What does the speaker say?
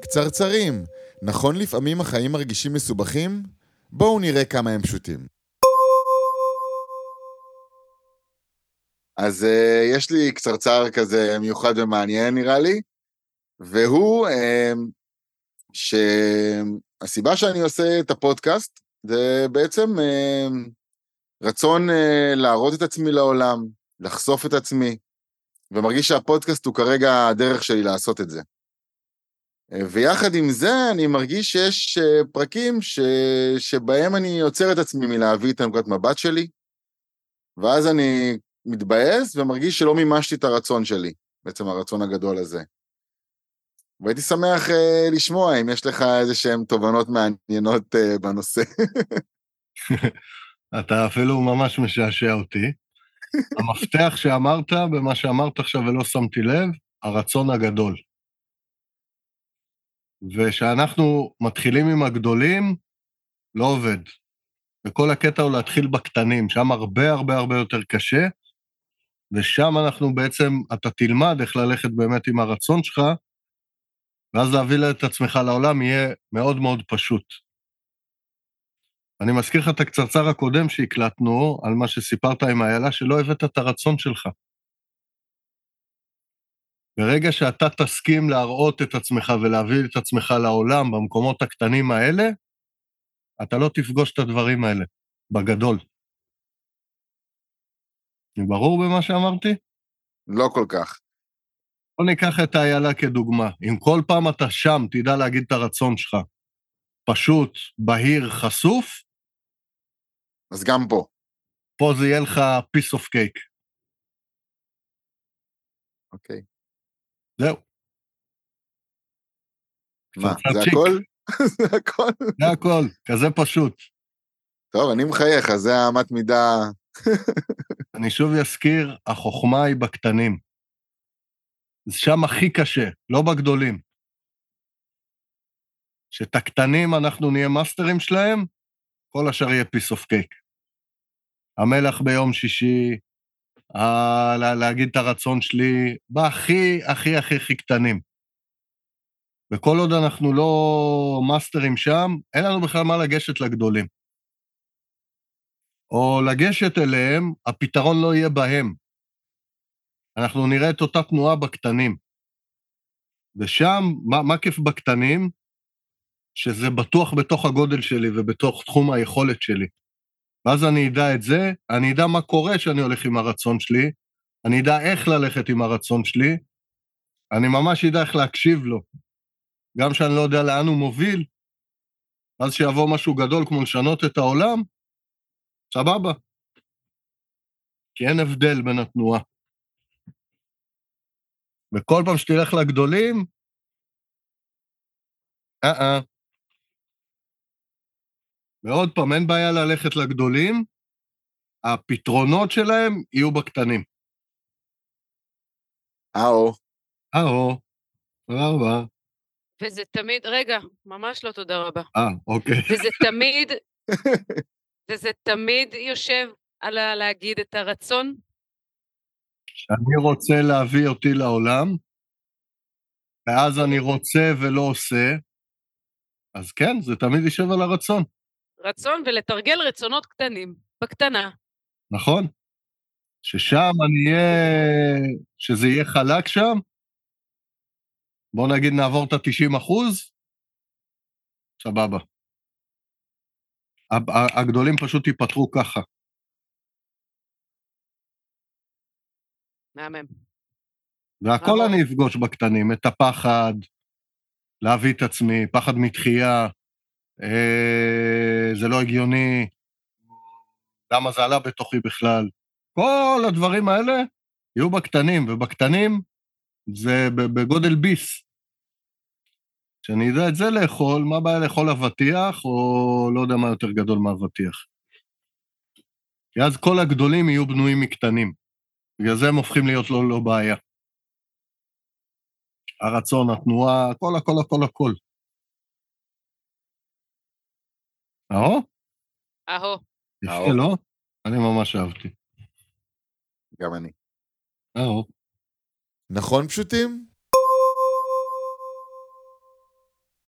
קצרצרים, נכון לפעמים החיים מרגישים מסובכים? בואו נראה כמה הם פשוטים. אז יש לי קצרצר כזה מיוחד ומעניין נראה לי, והוא שהסיבה שאני עושה את הפודקאסט זה בעצם רצון להראות את עצמי לעולם, לחשוף את עצמי, ומרגיש שהפודקאסט הוא כרגע הדרך שלי לעשות את זה. ויחד עם זה אני מרגיש שיש פרקים שבהם אני יוצר את עצמי מלהביא את נקודת מבט שלי, ואז אני מתבאס ומרגיש שלא מימשתי את הרצון שלי, בעצם הרצון הגדול הזה. והייתי שמח לשמוע אם יש לך איזה שהן תובנות מעניינות בנושא. אתה אפילו ממש משעשע אותי. המפתח שאמרת, במה שאמרת עכשיו ולא שמתי לב, הרצון הגדול. ושאנחנו מתחילים עם הגדולים, לא עובד. וכל הקטע הוא להתחיל בקטנים, שם הרבה יותר קשה, ושם אנחנו בעצם, אתה תלמד איך ללכת באמת עם הרצון שלך, ואז להביא את עצמך לעולם יהיה מאוד מאוד פשוט. אני מזכיר לך את הקצרצר הקודם שהקלטנו, על מה שסיפרת עם איילה, שלא הבאת את הרצון שלך. ברגע שאתה תסכים להראות את עצמך ולהביא את עצמך לעולם במקומות הקטנים האלה, אתה לא תפגוש את הדברים האלה, בגדול. ברור במה שאמרתי? לא כל כך. בוא ניקח את איילה כדוגמה. אם כל פעם אתה שם, תדע להגיד את הרצון שלך. פשוט, בהיר, חשוף. אז גם פה. פה זה יהיה לך piece of cake. אוקיי. זהו. מה, זה הכל? זה הכל? זה הכל, כזה פשוט. טוב, אני מחייך, אז זה האמת מידה. אני שוב אזכיר, החוכמה היא בקטנים. זה שם הכי קשה, לא בגדולים. שאת הקטנים אנחנו נהיה מאסטרים שלהם, כל השאר יהיה piece of cake. המלח ביום שישי, להגיד את הרצון שלי, הכי קטנים. וכל עוד אנחנו לא מאסטרים שם, אין לנו בכלל מה לגשת לגדולים. או לגשת אליהם, הפתרון לא יהיה בהם. אנחנו נראה את אותה תנועה בקטנים. ושם, מה כיף בקטנים? שזה בטוח בתוך הגודל שלי ובתוך תחום היכולת שלי. ואז אני אדע את זה, אני אדע מה קורה שאני הולך עם הרצון שלי, אני אדע איך ללכת עם הרצון שלי, אני ממש אדע איך להקשיב לו. גם שאני לא יודע לאן הוא מוביל, אז שיבוא משהו גדול כמו לשנות את העולם, סבבה. כי אין הבדל בין התנועה. וכל פעם שתלך לגדולים, ועוד פעם, אין בעיה ללכת לגדולים, הפתרונות שלהם יהיו בקטנים. תודה רבה. וזה תמיד, רגע, ממש לא תודה רבה. אוקיי. וזה תמיד יושב על להגיד את הרצון? שאני רוצה להביא אותי לעולם, ואז אני רוצה ולא עושה, אז כן, זה תמיד יישב על הרצון. רצון ולתרגל רצונות קטנים, בקטנה. נכון. ששם שזה יהיה חלק שם, בוא נגיד נעבור את 90%, סבבה. הגדולים פשוט ייפטרו ככה. מהמם. והכל אני אפגוש בקטנים, את הפחד, להביא את עצמי, פחד מתחייה, זה לא הגיוני, למה זה עלה בתוכי בכלל. כל הדברים האלה יהיו בקטנים, ובקטנים זה בגודל ביס. שאני יודע את זה לאכול, מה בעיה לאכול אבטיח, או לא יודע מה יותר גדול מאבטיח. כי אז כל הגדולים יהיו בנויים מקטנים. בגלל זה הם הופכים להיות לא בעיה. הרצון, התנועה, הכל. יפה, לא? אני ממש אהבתי. גם אני. נכון פשוטים?